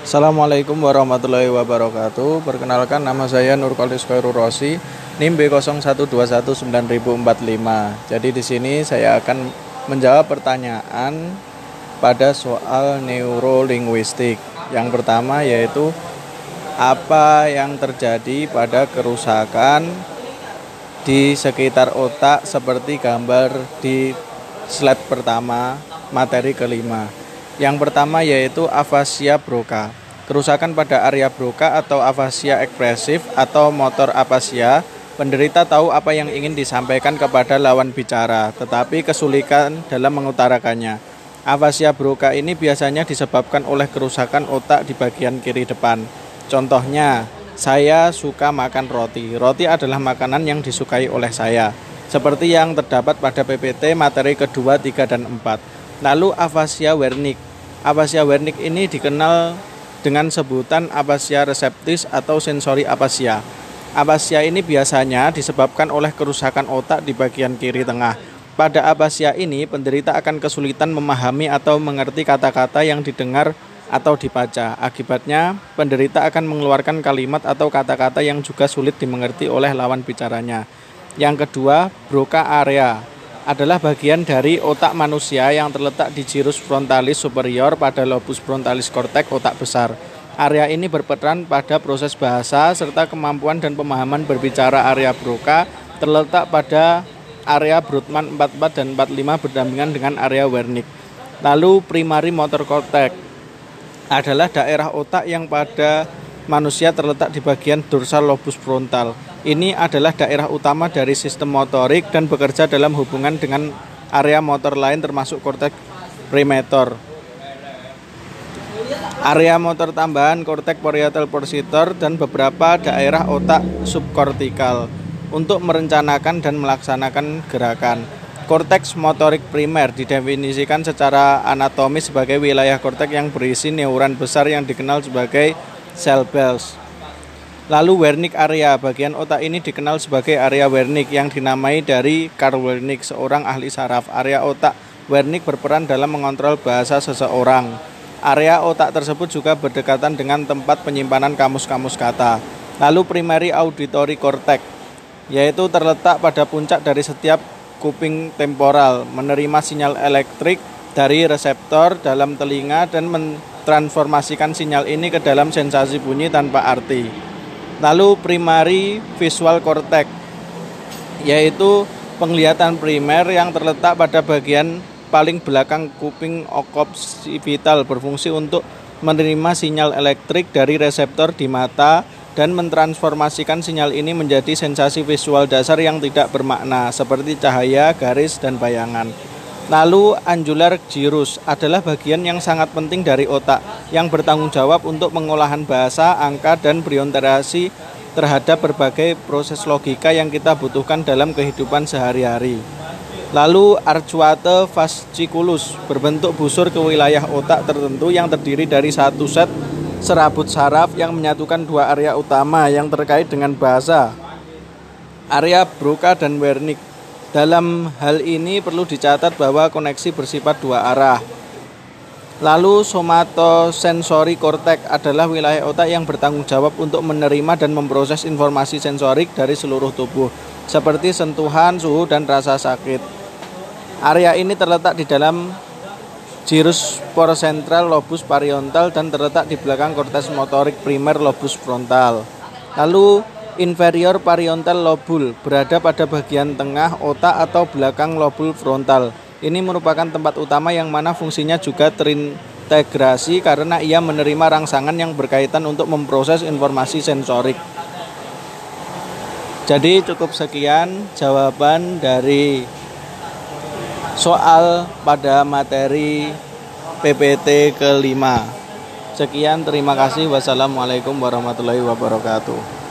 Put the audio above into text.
Assalamualaikum warahmatullahi wabarakatuh. Perkenalkan, nama saya Nurkolis Khairul Rosi, NIM B01219045. Jadi di sini saya akan menjawab pertanyaan pada soal neurolinguistik. Yang pertama yaitu apa yang terjadi pada kerusakan di sekitar otak seperti gambar di slide pertama materi kelima. Yang pertama yaitu afasia Broca. Kerusakan pada area Broca atau afasia ekspresif atau motor afasia. Penderita tahu apa yang ingin disampaikan kepada lawan bicara, tetapi kesulitan dalam mengutarakannya. Afasia Broca ini biasanya disebabkan oleh kerusakan otak di bagian kiri depan. Contohnya, saya suka makan roti. Roti adalah makanan yang disukai oleh saya, seperti yang terdapat pada PPT materi kedua, 3, dan 4. Lalu afasia Wernicke. Afasia Wernicke ini dikenal dengan sebutan afasia reseptis atau sensori afasia. Afasia ini biasanya disebabkan oleh kerusakan otak di bagian kiri tengah. Pada afasia ini, penderita akan kesulitan memahami atau mengerti kata-kata yang didengar atau dibaca. Akibatnya, penderita akan mengeluarkan kalimat atau kata-kata yang juga sulit dimengerti oleh lawan bicaranya. Yang kedua, Broca area adalah bagian dari otak manusia yang terletak di gyrus frontalis superior pada lobus frontalis cortex otak besar. Area ini berperan pada proses bahasa serta kemampuan dan pemahaman berbicara. Area Broca terletak pada area Brodmann 44 dan 45 berdampingan dengan area Wernicke. Lalu primary motor cortex adalah daerah otak yang pada manusia terletak di bagian dorsal lobus frontal. Ini adalah daerah utama dari sistem motorik dan bekerja dalam hubungan dengan area motor lain termasuk korteks premotor. Area motor tambahan korteks parietal positor dan beberapa daerah otak subkortikal untuk merencanakan dan melaksanakan gerakan. Korteks motorik primer didefinisikan secara anatomis sebagai wilayah korteks yang berisi neuron besar yang dikenal sebagai cell bells. Lalu Wernicke area, bagian otak ini dikenal sebagai area Wernicke yang dinamai dari Carl Wernicke, seorang ahli saraf. Area otak Wernicke berperan dalam mengontrol bahasa seseorang. Area otak tersebut juga berdekatan dengan tempat penyimpanan kamus-kamus kata. Lalu primary auditory cortex, yaitu terletak pada puncak dari setiap kuping temporal, menerima sinyal elektrik dari reseptor dalam telinga dan mentransformasikan sinyal ini ke dalam sensasi bunyi tanpa arti. Lalu primary visual cortex, yaitu penglihatan primer yang terletak pada bagian paling belakang kuping occipital, berfungsi untuk menerima sinyal elektrik dari reseptor di mata dan mentransformasikan sinyal ini menjadi sensasi visual dasar yang tidak bermakna seperti cahaya, garis, dan bayangan. Lalu angular gyrus adalah bagian yang sangat penting dari otak yang bertanggung jawab untuk pengolahan bahasa, angka, dan berorientasi terhadap berbagai proses logika yang kita butuhkan dalam kehidupan sehari-hari. Lalu arcuate fasciculus berbentuk busur ke wilayah otak tertentu yang terdiri dari satu set serabut saraf yang menyatukan dua area utama yang terkait dengan bahasa, area Broca dan Wernicke. Dalam hal ini perlu dicatat bahwa koneksi bersifat dua arah. Lalu somatosensori cortex adalah wilayah otak yang bertanggung jawab untuk menerima dan memproses informasi sensorik dari seluruh tubuh, seperti sentuhan, suhu, dan rasa sakit. Area ini terletak di dalam gyrus porocentral lobus parietal dan terletak di belakang korteks motorik primer lobus frontal. Lalu inferior parietal lobule berada pada bagian tengah otak atau belakang lobul frontal. Ini merupakan tempat utama yang mana fungsinya juga terintegrasi karena ia menerima rangsangan yang berkaitan untuk memproses informasi sensorik. Jadi cukup sekian jawaban dari soal pada materi PPT ke-5. Sekian, terima kasih. Wassalamualaikum warahmatullahi wabarakatuh.